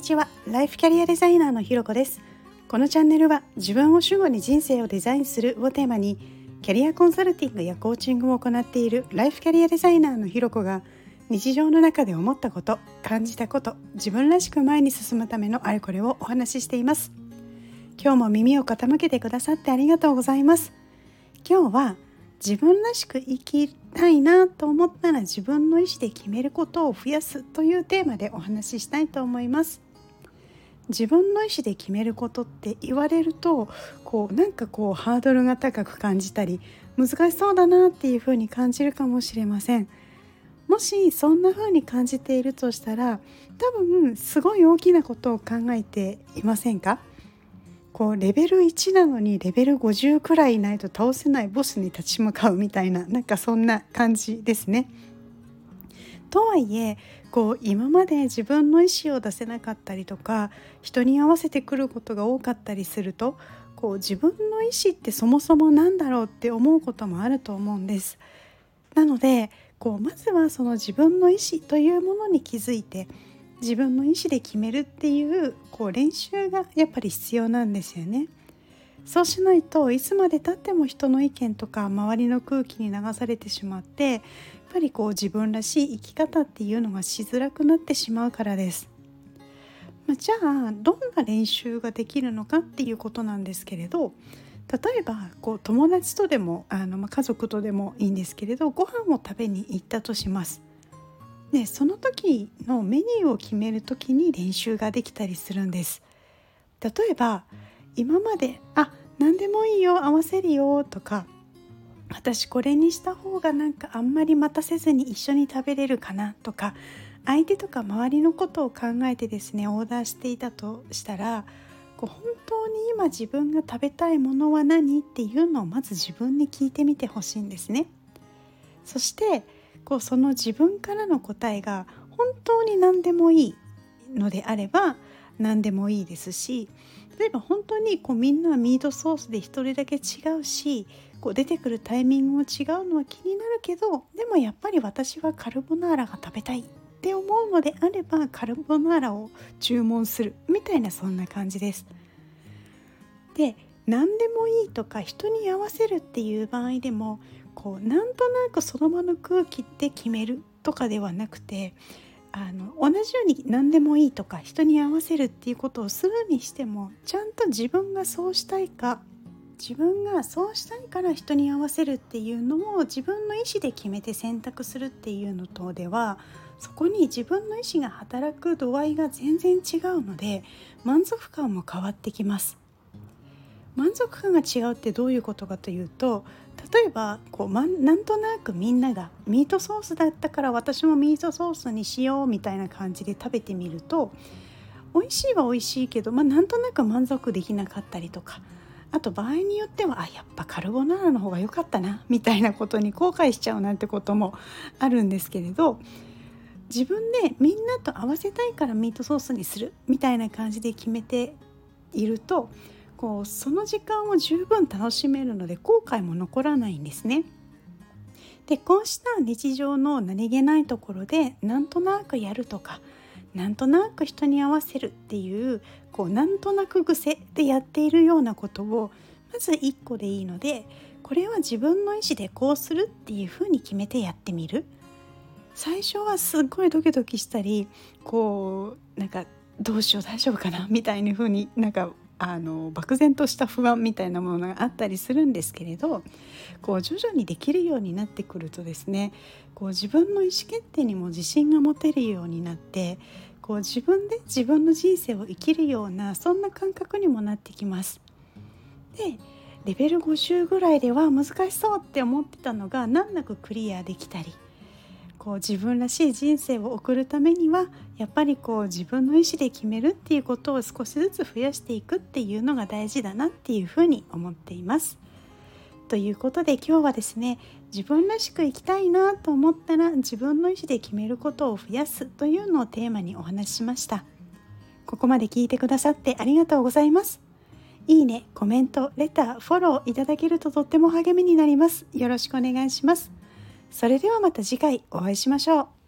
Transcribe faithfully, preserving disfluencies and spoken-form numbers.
ちは。ライフキャリアデザイナーのひろこです。このチャンネルは自分を主語に人生をデザインするをテーマに、キャリアコンサルティングやコーチングを行っているライフキャリアデザイナーのひろこが、日常の中で思ったこと、感じたこと、自分らしく前に進むためのあれこれをお話ししています。今日も耳を傾けてくださってありがとうございます。今日は自分らしく生きたいなと思ったら自分の意思で決めることを増やすというテーマでお話ししたいと思います。自分の意思で決めることって言われると、こうなんかこうハードルが高く感じたり、難しそうだなっていうふうに感じるかもしれません。もしそんな風に感じているとしたら、多分すごい大きなことを考えていませんか？こうレベルいちなのにレベルごじゅうくらいいないと倒せないボスに立ち向かうみたいな、なんかそんな感じですね。とはいえ、こう今まで自分の意思を出せなかったりとか、人に合わせてくることが多かったりすると、こう自分の意思ってそもそもなんだろうって思うこともあると思うんです。なのでこうまずはその自分の意思というものに気づいて、自分の意思で決めるっていう、こう練習がやっぱり必要なんですよね。そうしないといつまで経っても人の意見とか周りの空気に流されてしまって、やっぱりこう自分らしい生き方っていうのがしづらくなってしまうからです。まあ、じゃあどんな練習ができるのかっていうことなんですけれど、例えばこう友達とでもあの、まあ、家族とでもいいんですけれど、ご飯を食べに行ったとします。でその時のメニューを決める時に練習ができたりするんです。例えば今まであ何でもいいよ、合わせるよとか、私これにした方がなんかあんまり待たせずに一緒に食べれるかなとか、相手とか周りのことを考えてですねオーダーしていたとしたら、こう本当に今自分が食べたいものは何っていうのをまず自分に聞いてみてほしいんですね。そしてこうその自分からの答えが本当に何でもいいのであれば何でもいいですし、例えば本当にこうみんなはミートソースで一人だけ違うし、こう出てくるタイミングも違うのは気になるけど、でもやっぱり私はカルボナーラが食べたいって思うのであればカルボナーラを注文するみたいな、そんな感じです。で何でもいいとか人に合わせるっていう場合でも、こうなんとなくその場の空気って決めるとかではなくて、あの同じように何でもいいとか人に合わせるっていうことをするにしても、ちゃんと自分がそうしたいか、自分がそうしたいから人に合わせるっていうのを自分の意思で決めて選択するっていうのとでは、そこに自分の意思が働く度合いが全然違うので、満足感も変わってきます。満足感が違うってどういうことかというと、例えばこう、ま、なんとなくみんながミートソースだったから私もミートソースにしようみたいな感じで食べてみると、美味しいは美味しいけど、まあ、なんとなく満足できなかったりとか、あと場合によってはあやっぱカルボナーラの方が良かったなみたいなことに後悔しちゃうなんてこともあるんですけれど、自分でみんなと合わせたいからミートソースにするみたいな感じで決めていると、こうその時間を十分楽しめるので後悔も残らないんですね。でこうした日常の何気ないところでなんとなくやるとか、なんとなく人に合わせるっていう、こうなんとなく癖でやっているようなことをまずいっこでいいので、これは自分の意思でこうするっていうふうに決めてやってみる。最初はすっごいドキドキしたり、こうなんかどうしよう大丈夫かなみたいな風になんかあの漠然とした不安みたいなものがあったりするんですけれど、こう徐々にできるようになってくるとですね、こう自分の意思決定にも自信が持てるようになって、こう自分で自分の人生を生きるような、そんな感覚にもなってきます。でレベルごじゅうぐらいでは難しそうって思ってたのが難なくクリアできたり、こう自分らしい人生を送るためにはやっぱりこう自分の意思で決めるっていうことを少しずつ増やしていくっていうのが大事だなっていうふうに思っています。ということで今日はですね、自分らしく生きたいなと思ったら自分の意思で決めることを増やすというのをテーマにお話ししました。ここまで聞いてくださってありがとうございます。いいね、コメント、レター、フォローいただけるととっても励みになります。よろしくお願いします。それではまた次回お会いしましょう。